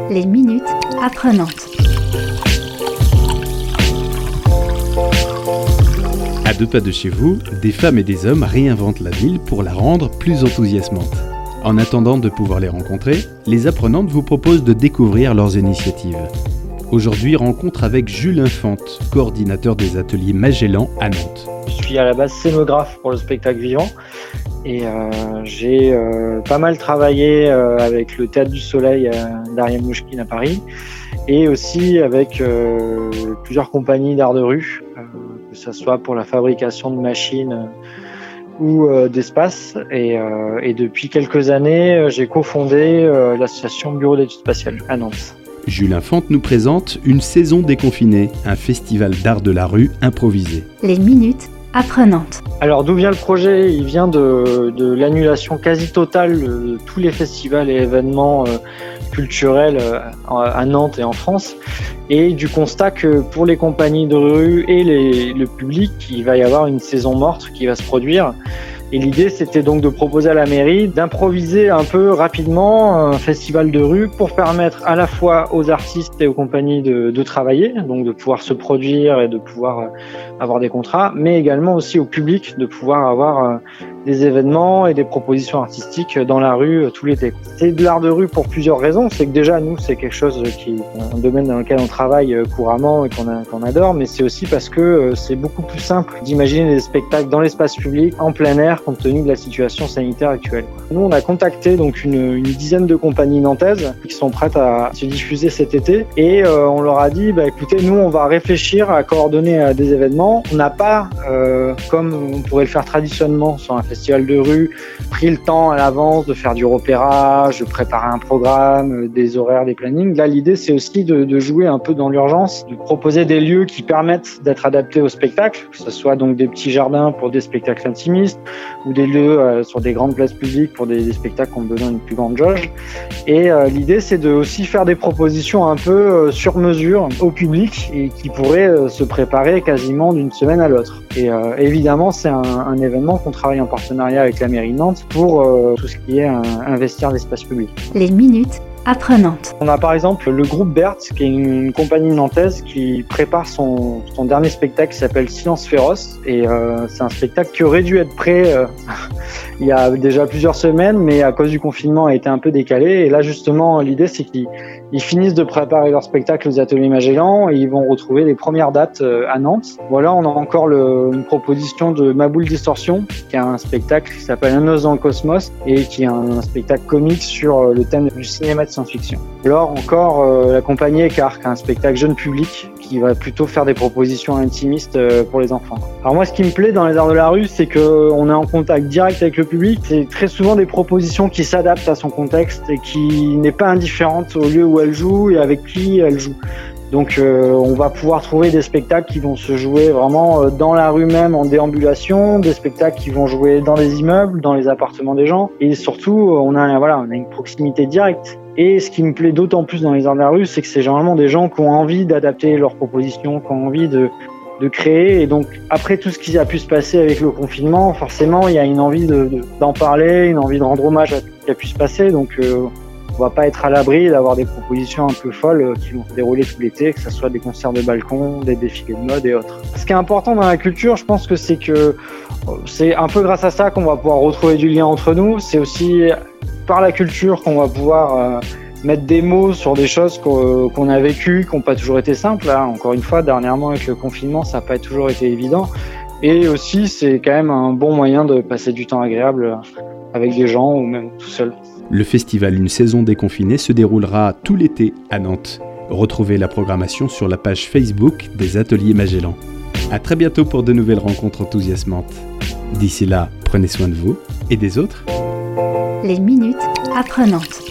Les minutes apprenantes. À 2 pas de chez vous, des femmes et des hommes réinventent la ville pour la rendre plus enthousiasmante. En attendant de pouvoir les rencontrer, les apprenantes vous proposent de découvrir leurs initiatives. Aujourd'hui, rencontre avec Jules Infante, coordinateur des ateliers Magellan à Nantes. Je suis à la base scénographe pour le spectacle vivant et j'ai pas mal travaillé avec le Théâtre du Soleil d'Ariane Mouchkine à Paris et aussi avec plusieurs compagnies d'art de rue, que ce soit pour la fabrication de machines ou d'espace. Et depuis quelques années, j'ai cofondé l'association Bureau d'études spatiales à Nantes. Jules Infante nous présente Une saison déconfinée, un festival d'art de la rue improvisé. Les minutes apprenantes. Alors d'où vient le projet ? Il vient de l'annulation quasi totale de tous les festivals et événements culturels à Nantes et en France, et du constat que pour les compagnies de rue et le public, il va y avoir une saison morte qui va se produire. Et l'idée, c'était donc de proposer à la mairie d'improviser un peu rapidement un festival de rue pour permettre à la fois aux artistes et aux compagnies de travailler, donc de pouvoir se produire et de pouvoir avoir des contrats, mais également aussi au public de pouvoir avoir des événements et des propositions artistiques dans la rue tout l'été. C'est de l'art de rue pour plusieurs raisons. C'est que déjà, nous, c'est quelque chose qui est un domaine dans lequel on travaille couramment et qu'on adore, mais c'est aussi parce que c'est beaucoup plus simple d'imaginer des spectacles dans l'espace public, en plein air, compte tenu de la situation sanitaire actuelle. Nous, on a contacté donc une dizaine de compagnies nantaises qui sont prêtes à se diffuser cet été et on leur a dit, écoutez, nous, on va réfléchir à coordonner des événements. On n'a pas, comme on pourrait le faire traditionnellement sur un festival de rue, pris le temps à l'avance de faire du repérage, de préparer un programme, des horaires, des plannings. Là, l'idée, c'est aussi de jouer un peu dans l'urgence, de proposer des lieux qui permettent d'être adaptés au spectacle, que ce soit donc des petits jardins pour des spectacles intimistes ou des lieux sur des grandes places publiques pour des spectacles qui ont besoin d'une plus grande jauge. Et l'idée, c'est de aussi faire des propositions un peu sur mesure au public et qui pourraient se préparer quasiment d'une semaine à l'autre. Et évidemment, c'est un événement qu'on travaille en partenariat avec la mairie de Nantes pour tout ce qui est investir l'espace public. Les minutes apprenantes. On a par exemple le groupe Berthe, qui est une compagnie nantaise qui prépare son dernier spectacle qui s'appelle Silence féroce. Et c'est un spectacle qui aurait dû être prêt il y a déjà plusieurs semaines, mais à cause du confinement a été un peu décalé. Et là justement, l'idée c'est qu'ils finissent de préparer leur spectacle aux ateliers Magellan et ils vont retrouver les premières dates à Nantes. Voilà, on a encore une proposition de Ma Boule Distorsion, qui est un spectacle qui s'appelle Un os dans le cosmos et qui est un spectacle comique sur le thème du cinéma de science-fiction. Alors encore la compagnie Écart, qui est un spectacle jeune public qui va plutôt faire des propositions intimistes pour les enfants. Alors moi, ce qui me plaît dans les arts de la rue, c'est qu'on est en contact direct avec le public. C'est très souvent des propositions qui s'adaptent à son contexte et qui n'est pas indifférente au lieu où elle joue et avec qui elle joue. Donc on va pouvoir trouver des spectacles qui vont se jouer vraiment dans la rue même en déambulation, des spectacles qui vont jouer dans les immeubles, dans les appartements des gens, et surtout on a une proximité directe. Et ce qui me plaît d'autant plus dans les arts de la rue, c'est que c'est généralement des gens qui ont envie d'adapter leurs propositions, qui ont envie de créer. Et donc après tout ce qui a pu se passer avec le confinement, forcément il y a une envie d'en parler, une envie de rendre hommage à tout ce qui a pu se passer. Donc on va pas être à l'abri d'avoir des propositions un peu folles qui vont se dérouler tout l'été, que ce soit des concerts de balcon, des défilés de mode et autres. Ce qui est important dans la culture, je pense que c'est un peu grâce à ça qu'on va pouvoir retrouver du lien entre nous. C'est aussi par la culture qu'on va pouvoir mettre des mots sur des choses qu'on a vécues, qui n'ont pas toujours été simples. Là, encore une fois, dernièrement avec le confinement, ça n'a pas toujours été évident. Et aussi, c'est quand même un bon moyen de passer du temps agréable avec des gens ou même tout seul. Le festival Une saison déconfinée se déroulera tout l'été à Nantes. Retrouvez la programmation sur la page Facebook des ateliers Magellan. À très bientôt pour de nouvelles rencontres enthousiasmantes. D'ici là, prenez soin de vous et des autres. Les minutes apprenantes.